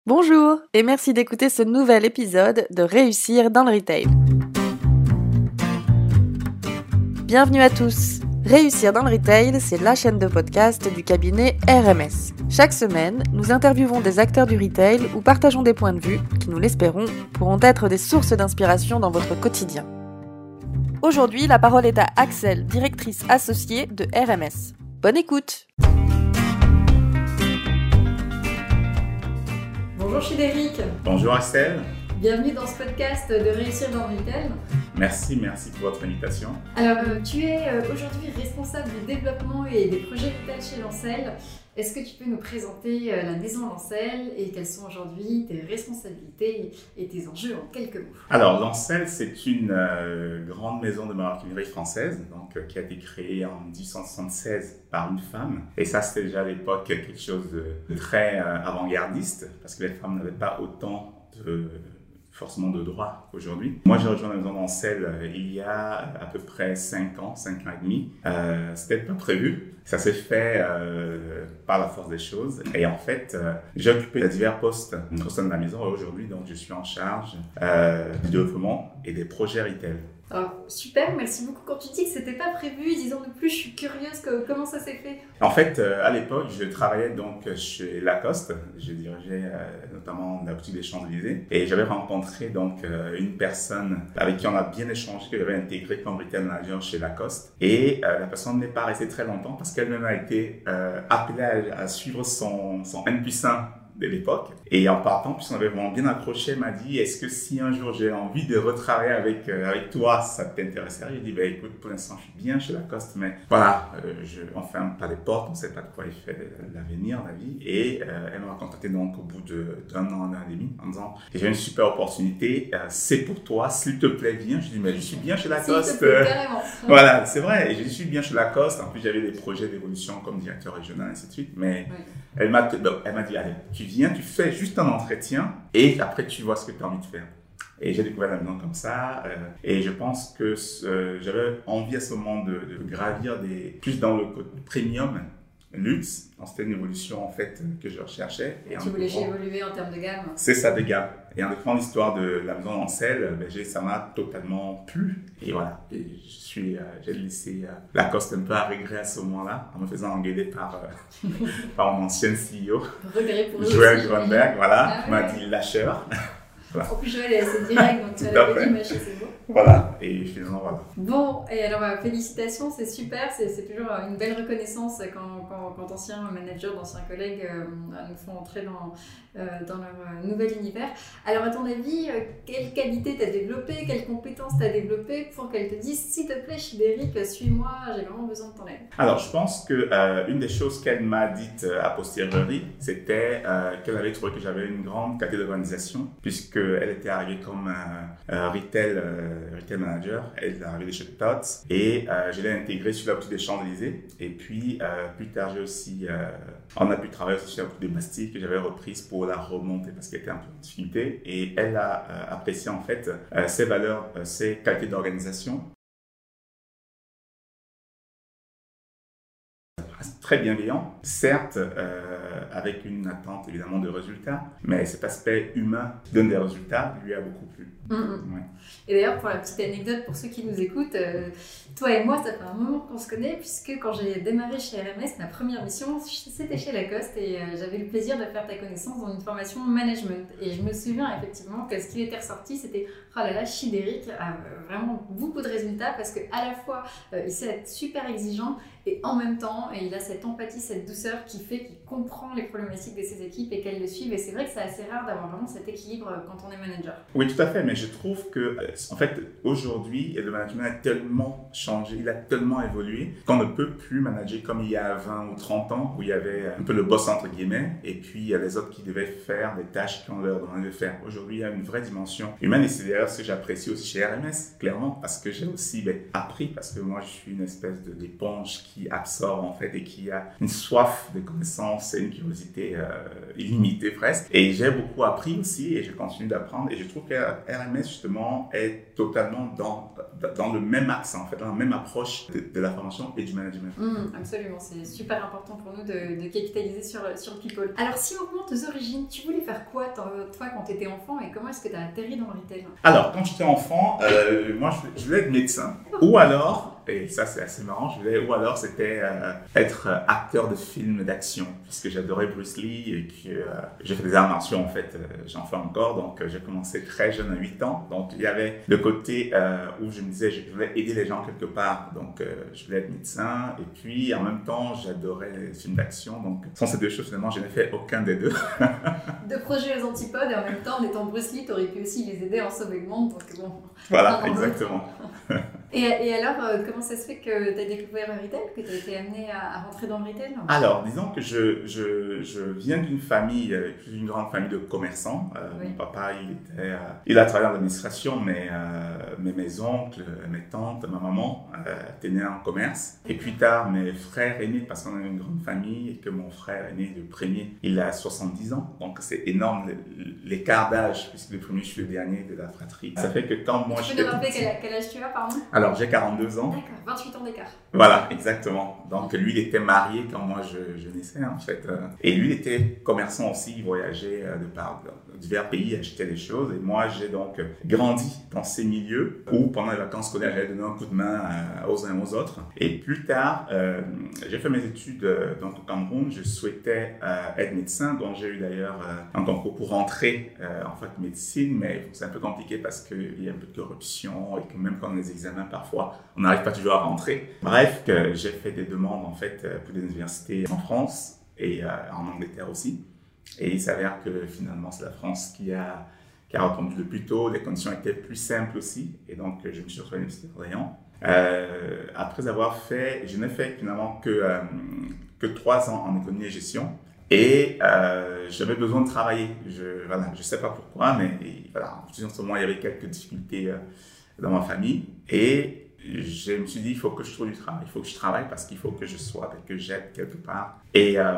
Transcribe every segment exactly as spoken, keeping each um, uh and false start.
Bonjour et merci d'écouter ce nouvel épisode de Réussir dans le Retail. Bienvenue à tous. Réussir dans le Retail, c'est la chaîne de podcast du cabinet R M S. Chaque semaine, nous interviewons des acteurs du retail ou partageons des points de vue qui, nous l'espérons, pourront être des sources d'inspiration dans votre quotidien. Aujourd'hui, la parole est à Axel, directrice associée de R M S. Bonne écoute! Bonjour Chidéric. Bonjour Axel. Bienvenue dans ce podcast de Réussir dans le Retail. Merci, merci pour votre invitation. Alors, tu es aujourd'hui responsable du développement et des projets retail chez Lancel. Est-ce que tu peux nous présenter la maison Lancel et quelles sont aujourd'hui tes responsabilités et tes enjeux en quelques mots? Alors, Lancel, c'est une euh, grande maison de maroquinerie française donc, euh, qui a été créée en dix-huit cent soixante-seize par une femme. Et ça, c'était déjà à l'époque quelque chose de très euh, avant-gardiste parce que les femmes n'avaient pas autant de... forcément de droit qu'aujourd'hui. Moi, j'ai rejoint la maison Lancel euh, il y a à peu près cinq ans, cinq ans et demi. Euh, c'était pas prévu. Ça s'est fait euh, par la force des choses. Et en fait, euh, j'ai occupé divers postes au sein de la maison. Et aujourd'hui, donc, je suis en charge euh, du développement et des projets retail. Alors, super, merci beaucoup. Quand tu dis que c'était pas prévu, disons-nous plus, je suis curieuse, que, comment ça s'est fait? En fait, euh, à l'époque, je travaillais donc chez Lacoste. Je dirigeais euh, notamment la boutique des Champs-Élysées. Et j'avais rencontré donc euh, une personne avec qui on a bien échangé, que j'avais intégré comme retail manager chez Lacoste. Et euh, la personne n'est pas restée très longtemps parce qu'elle-même a été euh, appelée à, à suivre son, son N plus un de l'époque. Et en partant, puisqu'on avait vraiment bien accroché, elle m'a dit, est-ce que si un jour j'ai envie de retravailler avec, euh, avec toi, ça t'intéresserait? J'ai dit, bah, écoute, pour l'instant, je suis bien chez Lacoste, mais voilà, euh, je, on ferme pas les portes, on sait pas de quoi il fait l'avenir, la vie. Et euh, elle m'a contacté donc au bout d'un an, un an et demi, en disant, j'ai une super opportunité, euh, c'est pour toi, s'il te plaît, viens. Je dis, mais je suis bien chez Lacoste. S'il te plaît, carrément. Voilà, c'est vrai, et je suis bien chez Lacoste. En plus, j'avais des projets d'évolution comme directeur régional, et ainsi de suite. Mais oui. elle m'a dit, allez, tu viens, tu fais juste un entretien et après tu vois ce que tu as envie de faire. Et j'ai découvert la maison comme ça euh, et je pense que euh, j'avais envie à ce moment de, de gravir des, plus dans le premium, luxe. C'était une évolution en fait que je recherchais. Et tu voulais évoluer en termes de gamme? C'est ça, de gamme. Et en découvrant l'histoire de la maison Lancel, ben, ça m'a totalement plu. Et voilà, et je suis, euh, j'ai laissé euh, Lacoste un peu à regret à ce moment-là, en me faisant engueuler par, euh, par mon ancien C E O, Joël Grunberg, voilà, qui m'a dit lâcheur. Voilà. En plus, Joël est assez direct, donc tu as la dit, mais c'est beau. Voilà, et finalement, voilà. Bon, et alors, bah, félicitations, c'est super, c'est toujours une belle reconnaissance quand, quand, quand anciens managers, d'anciens collègues euh, nous font entrer dans, euh, dans leur euh, nouvel univers. Alors, à ton avis, euh, quelles qualités tu as développées, quelles compétences tu as développées pour qu'elle te dise, s'il te plaît, Chidéric, suis-moi, j'ai vraiment besoin de ton aide? Alors, je pense qu'une euh, des choses qu'elle m'a dites euh, a posteriori, c'était euh, qu'elle avait trouvé que j'avais une grande qualité d'organisation, puisque elle était arrivée comme euh, euh, retail, euh, retail manager, elle est arrivée chez Tots et euh, je l'ai intégrée sur la boutique des Champs-Élysées. Et puis euh, plus tard, j'ai aussi, euh, on a pu travailler aussi sur la boutique des Bastilles que j'avais reprise pour la remonter parce qu'elle était un peu en difficulté. Et elle a euh, apprécié en fait euh, ses valeurs, euh, ses qualités d'organisation. Très bienveillant, certes euh, avec une attente évidemment de résultats, mais cet aspect humain qui donne des résultats lui a beaucoup plu. Mmh. Ouais. Et d'ailleurs, pour la petite anecdote, pour ceux qui nous écoutent, euh, toi et moi, ça fait un moment qu'on se connaît, puisque quand j'ai démarré chez R M S, ma première mission, c'était chez Lacoste, et euh, j'avais le plaisir de faire ta connaissance dans une formation management. Et je me souviens effectivement que ce qui était ressorti, c'était « Oh là là, Chidéric a vraiment beaucoup de résultats, parce qu'à la fois, euh, il sait être super exigeant, et en même temps, et il a cette empathie, cette douceur qui fait qu'il comprend les problématiques de ses équipes et qu'elles le suivent. Et c'est vrai que c'est assez rare d'avoir vraiment cet équilibre quand on est manager. » Oui, tout à fait, mais je trouve que, en fait, aujourd'hui, le management a tellement changé, il a tellement évolué qu'on ne peut plus manager comme il y a vingt ou trente ans, où il y avait un peu le boss entre guillemets, et puis il y a les autres qui devaient faire des tâches qu'on leur demandait de faire. Aujourd'hui, il y a une vraie dimension humaine, et c'est d'ailleurs ce que j'apprécie aussi chez R M S, clairement, parce que j'ai aussi ben, appris, parce que moi, je suis une espèce d'éponge qui absorbe en fait et qui a une soif de connaissances et une curiosité euh, illimitée presque. Et j'ai beaucoup appris aussi et je continue d'apprendre et je trouve que R M S justement est totalement dans, dans le même axe en fait, dans la même approche de, de la formation et du management. Mmh, absolument, c'est super important pour nous de, de capitaliser sur, sur le people. Alors si on remonte aux origines, tu voulais faire quoi toi quand tu étais enfant et comment est-ce que tu as atterri dans le retail? Alors quand j'étais enfant, euh, moi je, je voulais être médecin ou alors, et ça c'est assez marrant, je voulais, ou alors c'était euh, être acteur de films d'action puisque j'adorais Bruce Lee et que euh, j'ai fait des arts martiaux en fait, euh, j'en fais encore, donc euh, j'ai commencé très jeune à huit ans, donc il y avait le côté euh, où je me disais je voulais aider les gens quelque part, donc euh, je voulais être médecin et puis en même temps j'adorais les films d'action, donc sans ces deux choses finalement je n'ai fait aucun des deux. Deux projets aux antipodes et en même temps en étant Bruce Lee tu aurais pu aussi les aider à en sauver le monde, donc bon. Voilà, exactement. Et, et alors, euh, comment ça se fait que tu as découvert le retail, que tu as été amené à, à rentrer dans le retail? Alors, disons que je, je, je viens d'une famille, d'une grande famille de commerçants. Euh, oui. Mon papa, il, était, euh, il a travaillé dans l'administration, mais, euh, mais mes oncles, mes tantes, ma maman euh, étaient nés en commerce. Et plus tard, mes frères aînés, parce qu'on a une grande famille et que mon frère aîné, le premier, il a soixante-dix ans. Donc, c'est énorme l'écart d'âge, puisque le premier, je suis le dernier de la fratrie. Ça fait que quand moi, je... Tu peux nous rappeler quel, quel âge tu as, pardon? Alors, j'ai quarante-deux ans. D'accord, vingt-huit ans d'écart. Voilà, exactement. Donc, lui, il était marié quand moi, je, je naissais, en fait. Et lui, il était commerçant aussi, il voyageait de par divers pays, achetait des choses. Et moi, j'ai donc grandi dans ces milieux où, pendant les vacances scolaires, j'allais donner un coup de main aux uns et aux autres. Et plus tard, euh, j'ai fait mes études donc, au Cameroun. Je souhaitais euh, être médecin, donc j'ai eu d'ailleurs euh, un concours pour rentrer euh, en fait médecine, mais c'est un peu compliqué parce qu'il y a un peu de corruption et que même quand on a des examens, parfois, on n'arrive pas toujours à rentrer. Bref, que j'ai fait des demandes en fait pour des universités en France et euh, en Angleterre aussi. Et il s'avère que finalement, c'est la France qui a, qui a répondu le plus tôt. Les conditions étaient plus simples aussi. Et donc, je me suis retrouvé à l'université d'Orléans. Euh, après avoir fait, je n'ai fait finalement que, euh, que trois ans en économie et gestion. Et euh, j'avais besoin de travailler. Je voilà, je sais pas pourquoi, mais voilà, en ce moment, il y avait quelques difficultés euh, dans ma famille. Et je me suis dit, il faut que je trouve du travail. Il faut que je travaille parce qu'il faut que je sois, que j'aide quelque part. Et, euh,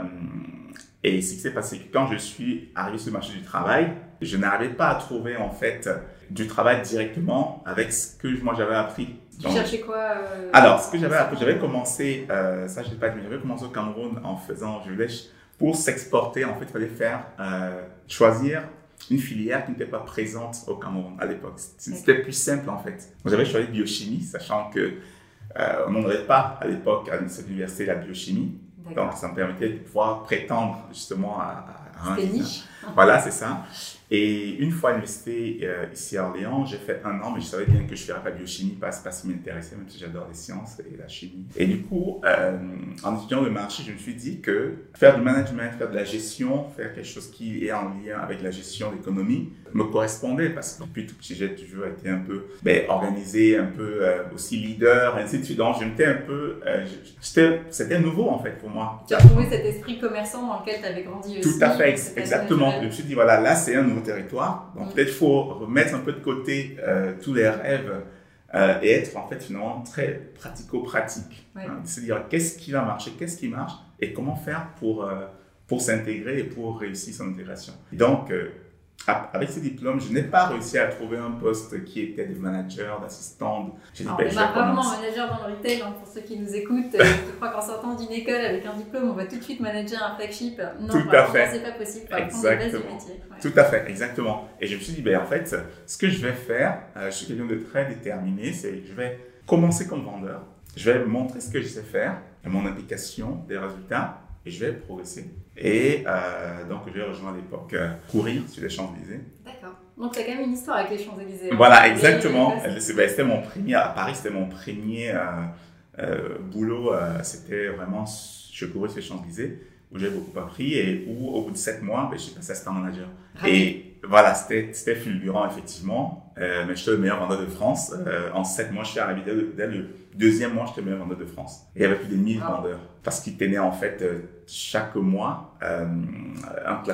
et ce qui s'est passé, que quand je suis arrivé sur le marché du travail, je n'arrivais pas à trouver en fait du travail directement avec ce que moi j'avais appris. Tu Donc, cherchais quoi euh, Alors, ce que j'avais appris, j'avais commencé, euh, ça je ne l'ai pas dit, mais j'avais commencé au Cameroun en faisant, je voulais, pour s'exporter, en fait, il fallait faire, euh, choisir une filière qui n'était pas présente au Cameroun à l'époque. C'était plus simple en fait. J'avais choisi biochimie, sachant que euh, on n'en avait pas à l'époque à cette université la biochimie. Donc ça me permettait de pouvoir prétendre justement à, à un niche. Voilà, c'est ça. Et une fois à l'université euh, ici à Orléans, j'ai fait un an, mais je savais bien que je ne ferais pas biochimie, parce que ça m'intéressait, même si j'adore les sciences et la chimie. Et du coup, euh, en étudiant le marché, je me suis dit que faire du management, faire de la gestion, faire quelque chose qui est en lien avec la gestion d'économie me correspondait, parce que depuis tout petit, j'ai toujours été un peu ben, organisé, un peu euh, aussi leader, ainsi de suite. Donc, je m'étais un peu, euh, c'était nouveau en fait pour moi. Tu as trouvé cet esprit commerçant dans lequel tu avais grandi aussi. Tout à fait, exactement. Je me suis dit, voilà, là, c'est un nouveau territoire. Donc, mmh. peut-être il faut remettre un peu de côté euh, tous les rêves euh, et être en fait finalement très pratico-pratique. Ouais. Hein, se dire qu'est-ce qui va marcher, qu'est-ce qui marche et comment faire pour, euh, pour s'intégrer et pour réussir son intégration. Et donc, euh, avec ce diplôme, je n'ai pas réussi à trouver un poste qui était de manager, d'assistant. J'ai dit, ben, on est rarement manager dans le retail, hein, pour ceux qui nous écoutent. Je crois qu'en sortant d'une école avec un diplôme, on va tout de suite manager un flagship. Non, tout à fait. C'est pas possible. Exactement. Métier. Ouais. Tout à fait, exactement. Et je me suis dit, ben, en fait, ce que je vais faire, euh, je suis quelqu'un de très déterminé, c'est que je vais commencer comme vendeur. Je vais montrer ce que je sais faire, mon implication, des résultats, et je vais progresser. Et euh, donc, je vais rejoindre à l'époque euh, courir sur les Champs-Élysées. D'accord. Donc, tu as quand même une histoire avec les Champs-Élysées. Hein. Voilà, exactement. C'était mon premier, à Paris, c'était mon premier euh, euh, boulot. Euh, c'était vraiment, je courais sur les Champs-Élysées, où j'ai beaucoup appris et où, au bout de sept mois, ben, j'ai passé assistant manager. Ah, et voilà, c'était fulgurant, effectivement. Euh, mais j'étais le meilleur vendeur de France. Euh, en sept mois, je suis arrivé dès le, dès le deuxième mois, j'étais le meilleur vendeur de France. Et il y avait plus de mille ah. vendeurs. Parce qu'ils tenaient, en fait, euh, chaque mois, euh, un classement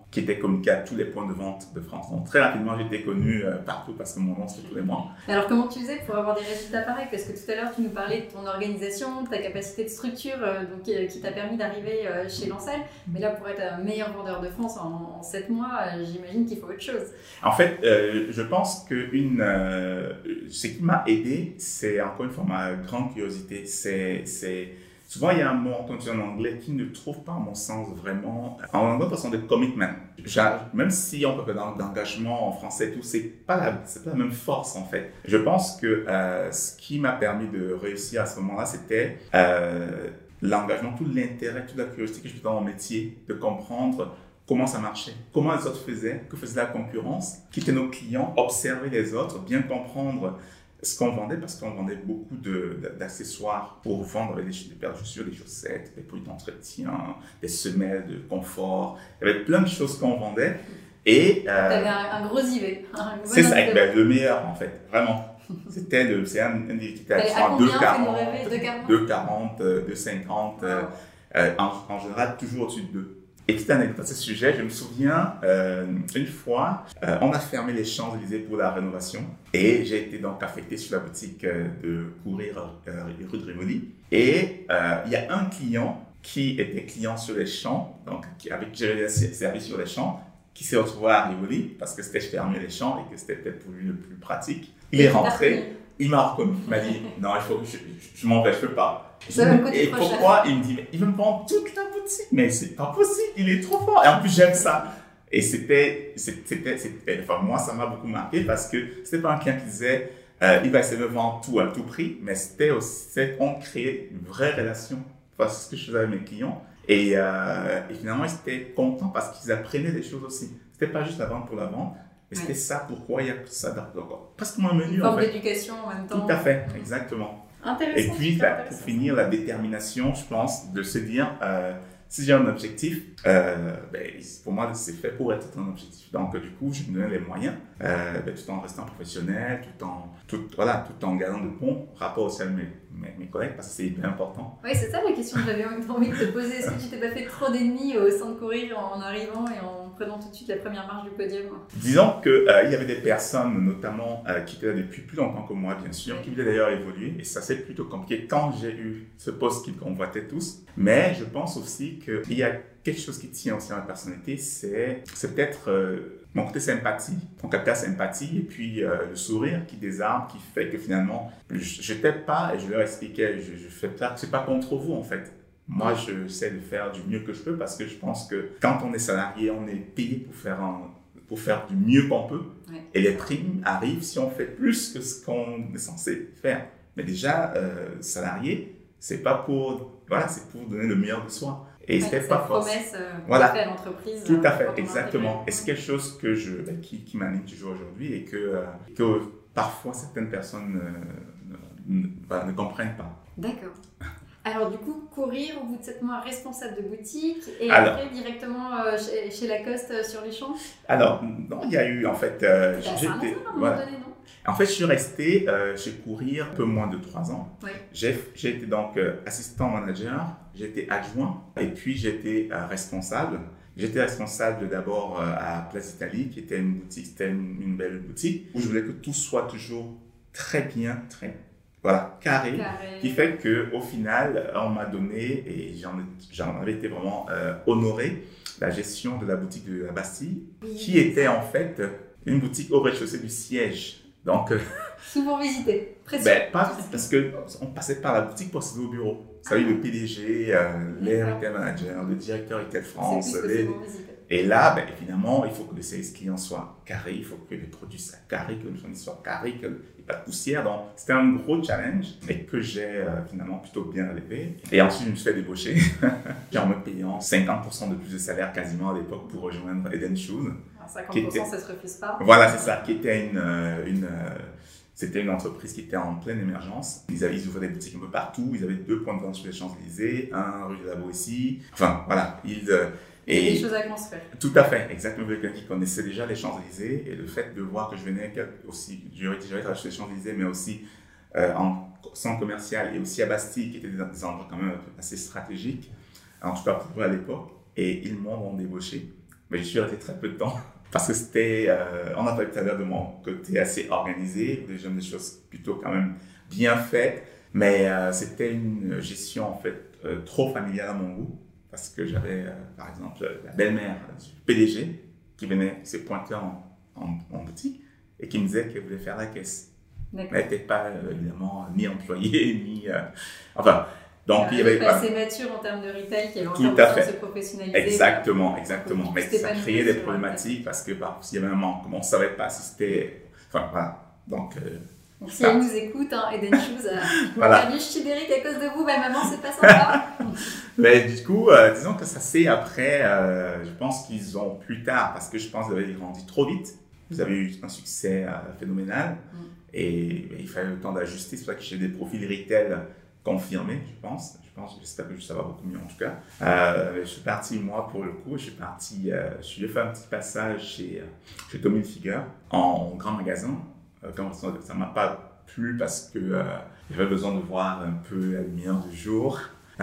qui était communiqué à tous les points de vente de France. Donc très rapidement, j'étais connu euh, partout parce que mon nom c'était tous les mois. Alors comment tu faisais pour avoir des résultats pareils? Parce que tout à l'heure tu nous parlais de ton organisation, de ta capacité de structure euh, donc, euh, qui t'a permis d'arriver euh, chez Lancel. Mais là, pour être un meilleur vendeur de France en, en sept mois, euh, j'imagine qu'il faut autre chose. En fait, euh, je pense que une, euh, ce qui m'a aidé, c'est encore une fois ma grande curiosité. C'est, c'est souvent il y a un mot entendu en anglais qui ne trouve pas, à mon sens, vraiment. En anglais, on parle de commitment. Même si on peut parler d'engagement en français, tout, c'est pas la, c'est pas la même force en fait. Je pense que euh, ce qui m'a permis de réussir à ce moment-là, c'était euh, l'engagement, tout l'intérêt, toute la curiosité que je dans mon métier, de comprendre comment ça marchait, comment les autres faisaient, que faisait la concurrence, qui étaient nos clients, observer les autres, bien comprendre ce qu'on vendait, parce qu'on vendait beaucoup de, d'accessoires pour vendre des, des paires de chaussures, des chaussettes, des produits d'entretien, des semelles de confort. Il y avait plein de choses qu'on vendait. Et euh, tu avais un, un gros I V. C'est ça, ben, le meilleur en fait, vraiment. C'était le, c'est un, un des qui était à deux quarante, deux quarante, deux cinquante, wow. euh, en, en général toujours au-dessus de deux. Et petite anecdote à ce sujet, je me souviens, euh, une fois, euh, on a fermé les Champs-Élysées pour la rénovation et j'ai été donc affecté sur la boutique euh, de Courir euh, rue de Rivoli. Et euh, il y a un client qui était client sur les Champs, donc qui, avec qui j'avais servi sur les Champs, qui s'est retrouvé à Rivoli parce que c'était fermé les Champs et que c'était peut-être pour lui le plus pratique. Il est rentré, il m'a reconnu, il m'a dit « Non, il faut que je, je, je m'en vais, je peux pas. » Et pourquoi? Il me dit, mais il veut me vendre toute la boutique, mais c'est pas possible, il est trop fort. Et en plus, j'aime ça. Et c'était, c'était, c'était, enfin, moi, ça m'a beaucoup marqué parce que c'était pas un client qui disait, euh, il va essayer de me vendre tout à tout prix, mais c'était aussi, on créait une vraie relation. Enfin, c'est ce que je faisais avec mes clients. Et, euh, et finalement, ils étaient contents parce qu'ils apprenaient des choses aussi. C'était pas juste la vente pour la vente, mais c'était ouais. ça, pourquoi il y a ça d'accord. Presque moins menu. Une forme d'éducation en même temps. Tout à fait, exactement. Intéressant, et puis, bah, pour finir, la détermination, je pense, de se dire, euh, si j'ai un objectif, euh, ben, pour moi, c'est fait pour être un objectif. Donc, du coup, je me donnais les moyens, euh, ben, tout en restant professionnel, tout en, tout, voilà, tout en gardant de bons rapports aussi avec mes, mes, mes collègues, parce que c'est hyper important. Oui, c'est ça la question que j'avais envie de te poser. Est-ce que tu t'es pas fait trop d'ennemis au sein de Courir en arrivant et en prenant tout de suite la première marche du podium? Disons qu'il euh, y avait des personnes, notamment, euh, qui étaient là depuis plus longtemps que moi, bien sûr, qui voulaient d'ailleurs évoluer, et ça c'est plutôt compliqué quand j'ai eu ce poste qu'ils convoitaient tous. Mais je pense aussi qu'il y a quelque chose qui tient aussi à ma personnalité, c'est, c'est peut-être euh, mon côté sympathie, mon côté sympathie, et puis euh, le sourire qui désarme, qui fait que finalement, je n'étais pas, et je leur expliquais, je, je fais pas, c'est pas contre vous en fait. Moi, je sais de faire du mieux que je peux parce que je pense que quand on est salarié, on est payé pour faire, un, pour faire du mieux qu'on peut. Ouais. Et les primes arrivent si on fait plus que ce qu'on est censé faire. Mais déjà, euh, salarié, c'est pas pour, voilà, c'est pour donner le meilleur de soi. Et ouais, c'était pas force. C'est une promesse euh, voilà. fait à l'entreprise. Tout à fait, exactement. Et c'est quelque chose que je, ben, qui, qui m'anime toujours aujourd'hui et que, euh, que parfois certaines personnes euh, ne, ne, ne, ne comprennent pas. D'accord. Alors du coup, Courir, au bout de sept mois, responsable de boutique et alors, après directement euh, chez, chez Lacoste euh, sur les champs? Alors, non, il y a eu en fait... Euh, j'étais, à un voilà. moment donné, non? En fait, je suis resté euh, chez Courir un peu moins de trois ans. Oui. J'ai, j'ai été donc euh, assistant manager, j'ai été adjoint et puis j'ai été euh, responsable. J'étais responsable d'abord euh, à Place Italie, qui était une boutique, c'était une, une belle boutique où je voulais que tout soit toujours très bien, très Voilà, carré, carré, qui fait qu'au final, on m'a donné, et j'en, j'en avais été vraiment euh, honoré, la gestion de la boutique de la Bastille, oui, qui était en fait une boutique au rez-de-chaussée du siège. Donc, euh, souvent visité, presque. Ben, pas, parce qu'on passait par la boutique pour accéder au bureau. Vous savez, le P D G, euh, les retail managers, le directeur Retail France. Les... Et là, ben, évidemment, il faut que le service client soit carré, il faut que les produits soient carrés, que le fournisseur soit carré, qu'il n'y ait pas de poussière. Donc, c'était un gros challenge, mais que j'ai euh, finalement plutôt bien relevé. Et ensuite, je me suis fait débaucher, en me payant cinquante pour cent de plus de salaire quasiment à l'époque pour rejoindre Eden Shoes. cinquante pour cent, était... ça se refuse pas. Voilà, c'est ça, qui était une... une C'était une entreprise qui était en pleine émergence. Ils, avaient, ils ouvraient des boutiques un peu partout. Ils avaient deux points de vente sur les Champs-Élysées, un rue de la Boétie. Enfin, voilà. Ils, euh, et, il y a des choses à construire. Tout à fait, exactement. Quelqu'un qui connaissait déjà les Champs-Élysées. Et le fait de voir que je venais aussi, j'aurais déjà été sur les Champs-Élysées, mais aussi euh, en centre commercial et aussi à Bastille, qui étaient des, des endroits quand même assez stratégiques, en tout cas pour eux à l'époque. Et ils m'ont débauché. mais je suis resté très peu de temps parce que c'était, euh, on a parlé tout à l'heure de mon côté assez organisé, déjà des choses plutôt quand même bien faites, mais euh, c'était une gestion en fait euh, trop familiale à mon goût parce que j'avais euh, par exemple la belle-mère du P D G qui venait se pointer en, en, en boutique et qui me disait qu'elle voulait faire la caisse. Elle n'était pas euh, évidemment ni employée ni euh, enfin. Donc, il y avait pas assez mature en termes de retail qui avait encore besoin de se professionnaliser. Exactement, exactement. Mais ça créait des sur problématiques parce que par, s'il y avait un manque, on ne savait pas si c'était. Enfin, voilà. Donc, euh, Donc si elle nous écoute, hein, Eden Shoes a voilà. perdu Chibéric à cause de vous, mais maman, c'est pas sympa. Mais du coup, euh, disons que ça c'est après, euh, je pense qu'ils ont plus tard, parce que je pense que vous avez grandi trop vite. Vous avez eu un succès euh, phénoménal mm. et, et il fallait le temps d'ajuster. C'est pour ça que j'ai des profils retail confirmé, je pense. Je pense, j'espère que ça va beaucoup mieux en tout cas. Euh, je suis parti, moi, pour le coup, je suis parti, euh, je suis fait un petit passage chez, chez Tommy Hilfiger en grand magasin. Euh, quand ça ne m'a pas plu parce que euh, j'avais besoin de voir un peu la lumière du jour.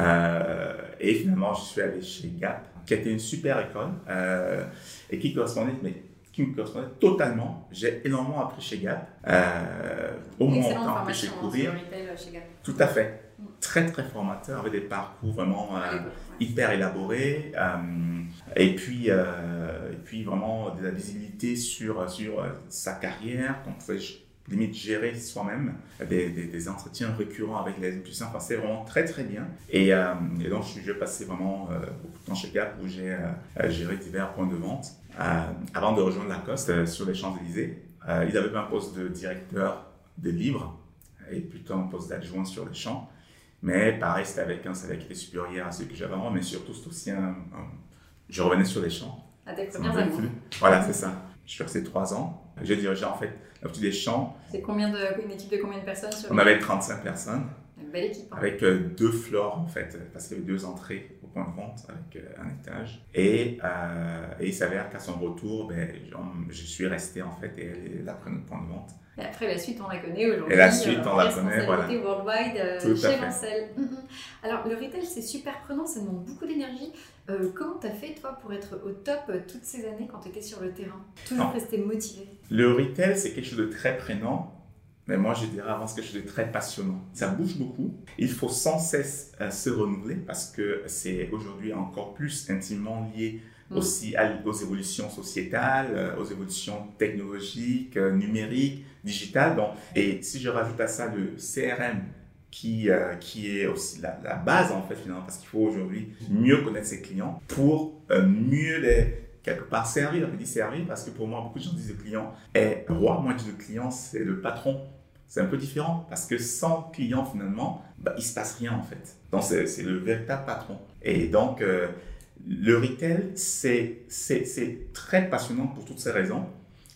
Euh, et finalement, je suis allé chez Gap, qui a été une super école euh, et qui correspondait, mais qui me correspondait totalement. J'ai énormément appris chez Gap, euh, au moins autant que chez Courir. Chez Gap. Tout à fait. Très, très formateur, avec des parcours vraiment euh, hyper élaborés. Euh, et, puis, euh, et puis, vraiment de la visibilité sur, sur euh, sa carrière, qu'on pouvait limite gérer soi-même, des, des, des entretiens récurrents avec les étudiants. Enfin, c'est vraiment très, très bien. Et, euh, et donc, je suis passé vraiment euh, beaucoup de temps chez Gap où j'ai euh, géré divers points de vente. Euh, avant de rejoindre Lacoste euh, sur les Champs-Élysées, euh, il avait un poste de directeur des livres et plutôt un poste d'adjoint sur les champs. Mais pareil, c'était avec un salaire qui était supérieur à celui que j'avais avant, mais surtout, c'était aussi un, un... Je revenais sur les champs. À tes premières années. Voilà, c'est ça. Je suis resté trois ans. J'ai dirigé en fait la petite des champs. C'est combien de, une équipe de combien de personnes sur On avait trente-cinq personnes. Une belle équipe. Hein. Avec euh, deux floors en fait, parce qu'il y avait deux entrées au point de vente avec euh, un étage. Et, euh, et il s'avère qu'à son retour, ben, je suis resté en fait et elle a pris notre point de vente. Et après, la suite, on la connaît aujourd'hui. Et la suite, on la connaît, voilà. Worldwide euh, chez Lancel. Mm-hmm. Alors, le retail, c'est super prenant, ça demande beaucoup d'énergie. Euh, comment tu as fait, toi, pour être au top euh, toutes ces années quand tu étais sur le terrain? Toujours rester motivé. Le retail, c'est quelque chose de très prenant. Mais moi, je dirais avant, c'est quelque chose de très passionnant. Ça bouge beaucoup. Il faut sans cesse euh, se renouveler parce que c'est aujourd'hui encore plus intimement lié mmh. aussi à, aux évolutions sociétales, euh, aux évolutions technologiques, euh, numériques, digitales. Donc, et si je rajoute à ça le C R M, qui, euh, qui est aussi la, la base en fait finalement, parce qu'il faut aujourd'hui mieux connaître ses clients pour euh, mieux les quelque part servir. Je dis servir parce que pour moi, beaucoup de gens disent le client est roi. Moi, je dis le client, c'est le patron. C'est un peu différent parce que sans client, finalement, bah, il ne se passe rien en fait. Donc, c'est, c'est le véritable patron. Et donc, euh, le retail, c'est, c'est, c'est très passionnant pour toutes ces raisons.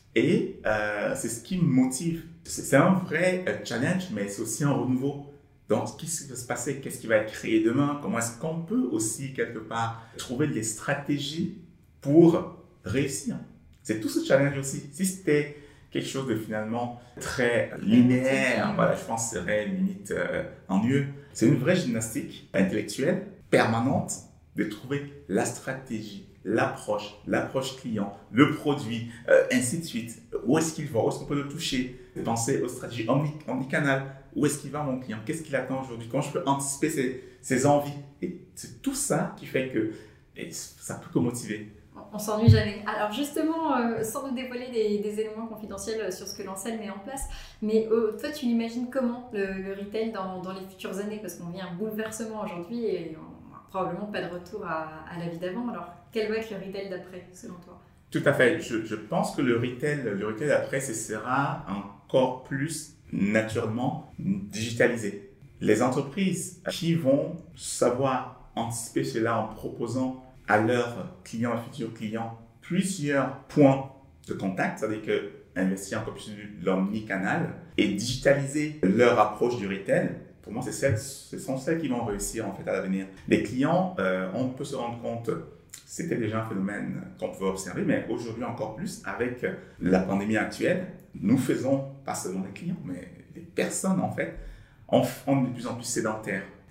Et euh, c'est ce qui me motive. C'est, c'est un vrai euh, challenge, mais c'est aussi un renouveau. Donc, qu'est-ce qui va se passer? Qu'est-ce qui va être créé demain? Comment est-ce qu'on peut aussi, quelque part, trouver des stratégies pour réussir? C'est tout ce challenge aussi. Si c'était quelque chose de finalement très linéaire, voilà, je pense que ce serait limite euh, ennuyeux. C'est une vraie gymnastique intellectuelle permanente de trouver la stratégie, l'approche, l'approche client, le produit, euh, ainsi de suite. Où est-ce qu'il va? Où est-ce qu'on peut le toucher? Penser aux stratégies omnicanales. Où est-ce qu'il va mon client? Qu'est-ce qu'il attend aujourd'hui? Comment je peux anticiper ses, ses envies? Et c'est tout ça qui fait que et ça peut que motiver. On s'ennuie jamais. Alors justement, euh, sans nous dévoiler des, des éléments confidentiels sur ce que Lancel met en place, mais euh, toi tu l'imagines comment le, le retail dans, dans les futures années? Parce qu'on vit un bouleversement aujourd'hui et on n'a probablement pas de retour à, à la vie d'avant. Alors quel va être le retail d'après selon toi? Tout à fait. Je, je pense que le retail, le retail d'après, ce sera encore plus naturellement digitalisé. Les entreprises qui vont savoir anticiper cela en proposant à leurs clients et futurs clients plusieurs points de contact, c'est-à-dire que investir encore plus de l'omnicanal et digitaliser leur approche du retail, pour moi, c'est celles, ce sont celles qui vont réussir en fait à l'avenir. Les clients, euh, on peut se rendre compte, c'était déjà un phénomène qu'on pouvait observer, mais aujourd'hui encore plus avec la pandémie actuelle, nous faisons, pas seulement les clients, mais les personnes en fait, on est de plus en plus sédentaires.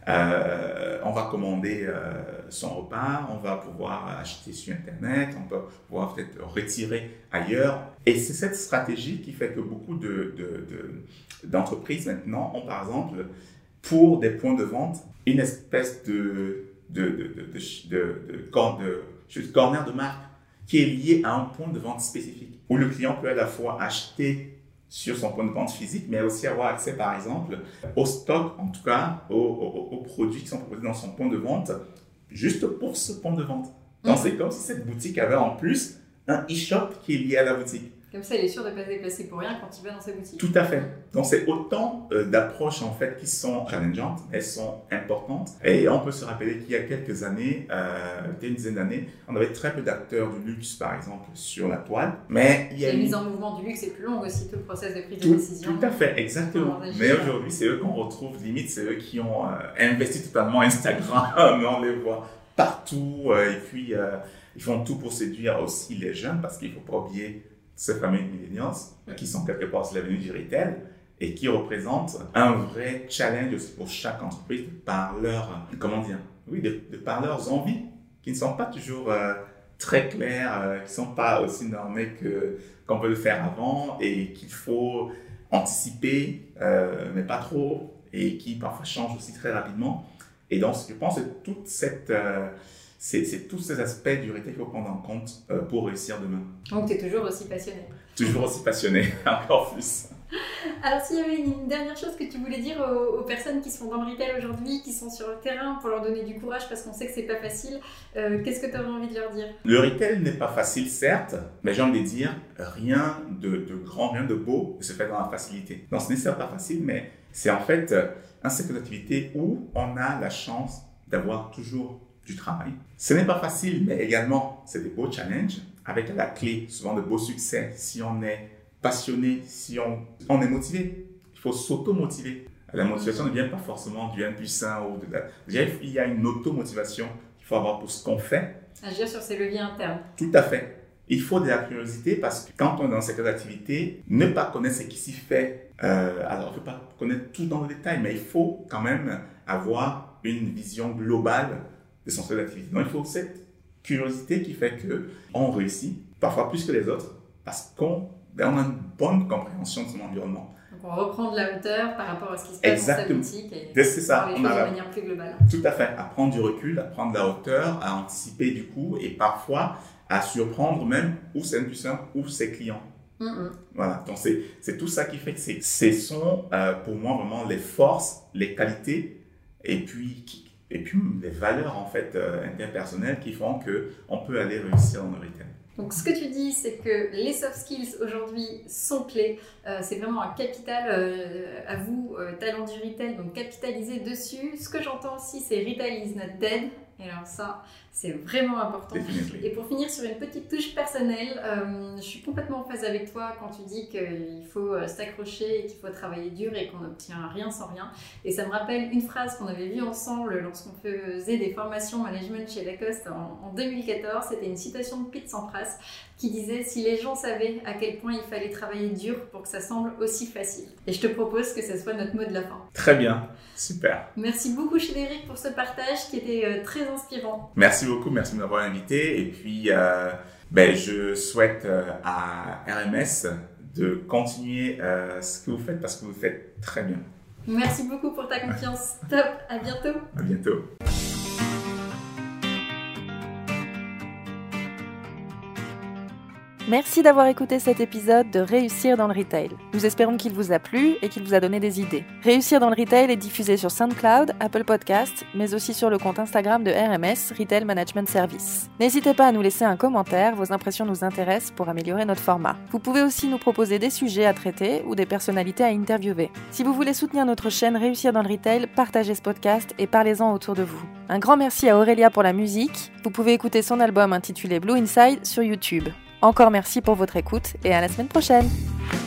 Euh, on va commander euh, son repas, on va pouvoir acheter sur Internet, on peut pouvoir peut-être retirer ailleurs. Et c'est cette stratégie qui fait que beaucoup de, de, de, d'entreprises maintenant ont, par exemple, pour des points de vente, une espèce de, de, de, de, de, de, de, de, de corner de marque qui est lié à un point de vente spécifique, où le client peut à la fois acheter sur son point de vente physique, mais aussi avoir accès, par exemple, au stock, en tout cas, aux, aux, aux produits qui sont proposés dans son point de vente, juste pour ce point de vente. Donc, mmh. c'est comme si cette boutique avait en plus un e-shop qui est lié à la boutique. Comme ça, il est sûr de ne pas se déplacer pour rien quand il va dans sa boutique. Tout à fait. Donc, c'est autant euh, d'approches, en fait, qui sont challengeantes, elles sont importantes. Et on peut se rappeler qu'il y a quelques années, euh, une dizaine d'années, on avait très peu d'acteurs du luxe, par exemple, sur la toile. Mais il y a la une mise en mouvement du luxe est plus longue aussi, tout le process de prise tout, de décision. Tout à fait, exactement. Mais aujourd'hui, c'est eux qu'on retrouve, limite, c'est eux qui ont euh, investi totalement Instagram, mais on les voit partout. Euh, et puis, euh, ils font tout pour séduire aussi les jeunes, parce qu'il ne faut pas oublier ces fameux millennials qui sont quelque part sur l'avenue du retail et qui représentent un vrai challenge aussi pour chaque entreprise de par leur, comment dire, oui, de, de par leurs envies qui ne sont pas toujours euh, très claires, euh, qui ne sont pas aussi normées que, qu'on peut le faire avant et qu'il faut anticiper, euh, mais pas trop, et qui parfois changent aussi très rapidement. Et donc, je pense que toute cette... Euh, C'est, c'est tous ces aspects du retail qu'il faut prendre en compte euh, pour réussir demain. Donc, tu es toujours aussi passionné. Toujours aussi passionné, encore plus. Alors, s'il y avait une dernière chose que tu voulais dire aux, aux personnes qui sont dans le retail aujourd'hui, qui sont sur le terrain, pour leur donner du courage parce qu'on sait que c'est pas facile, euh, qu'est-ce que tu aurais envie de leur dire? Le retail n'est pas facile, certes, mais j'ai envie de dire, rien de, de grand, rien de beau ne se fait dans la facilité. Donc, ce n'est certes pas facile, mais c'est en fait un secteur d'activité où on a la chance d'avoir toujours du travail. Ce n'est pas facile, mais également, c'est des beaux challenges avec à la clé souvent de beaux succès. Si on est passionné, si on, on est motivé, il faut s'auto-motiver. La motivation ne vient pas forcément du N plus un ou de la... Déjà, il y a une auto-motivation qu'il faut avoir pour ce qu'on fait. Agir sur ses leviers internes. Tout à fait. Il faut de la curiosité parce que quand on est dans ce secteur d'activité, ne pas connaître ce qui s'y fait, euh, alors il ne faut pas connaître tout dans le détail, mais il faut quand même avoir une vision globale de son secteur d'activité. Donc, il faut cette curiosité qui fait qu'on réussit, parfois plus que les autres, parce qu'on on a une bonne compréhension de son environnement. Donc, on reprend de la hauteur par rapport à ce qui se passe Exactement. dans sa boutique et c'est ça. voir les on choses a de manière plus globale. Tout à fait. À prendre du recul, à prendre de la hauteur, à anticiper du coup et parfois à surprendre même ou ses N plus un ou ses clients. Mm-hmm. Voilà. Donc, c'est, c'est tout ça qui fait que c'est, ce sont euh, pour moi vraiment les forces, les qualités et puis qui et puis les valeurs en fait euh, interpersonnelles qui font qu'on peut aller réussir dans le retail. Donc ce que tu dis, c'est que les soft skills aujourd'hui sont clés. Euh, c'est vraiment un capital euh, à vous, euh, talent du retail, donc capitaliser dessus. Ce que j'entends aussi, c'est retail is not dead. Et alors ça, c'est vraiment important. Definitely. Et pour finir sur une petite touche personnelle, euh, je suis complètement en phase avec toi quand tu dis qu'il faut euh, s'accrocher et qu'il faut travailler dur et qu'on n'obtient rien sans rien. Et ça me rappelle une phrase qu'on avait vue ensemble lorsqu'on faisait des formations management chez Lacoste en, en deux mille quatorze. C'était une citation de Pete Sampras qui disait « Si les gens savaient à quel point il fallait travailler dur pour que ça semble aussi facile ». Et je te propose que ce soit notre mot de la fin. Très bien, super. Merci beaucoup Chédéric pour ce partage qui était euh, très inspirant. Merci beaucoup, merci de m'avoir invité. Et puis, euh, ben, je souhaite euh, à R M S de continuer euh, ce que vous faites parce que vous le faites très bien. Merci beaucoup pour ta confiance. Top, à bientôt. À bientôt. Merci d'avoir écouté cet épisode de Réussir dans le Retail. Nous espérons qu'il vous a plu et qu'il vous a donné des idées. Réussir dans le Retail est diffusé sur SoundCloud, Apple Podcasts, mais aussi sur le compte Instagram de R M S, Retail Management Service. N'hésitez pas à nous laisser un commentaire, vos impressions nous intéressent pour améliorer notre format. Vous pouvez aussi nous proposer des sujets à traiter ou des personnalités à interviewer. Si vous voulez soutenir notre chaîne Réussir dans le Retail, partagez ce podcast et parlez-en autour de vous. Un grand merci à Aurélia pour la musique. Vous pouvez écouter son album intitulé Blue Inside sur YouTube. Encore merci pour votre écoute et à la semaine prochaine.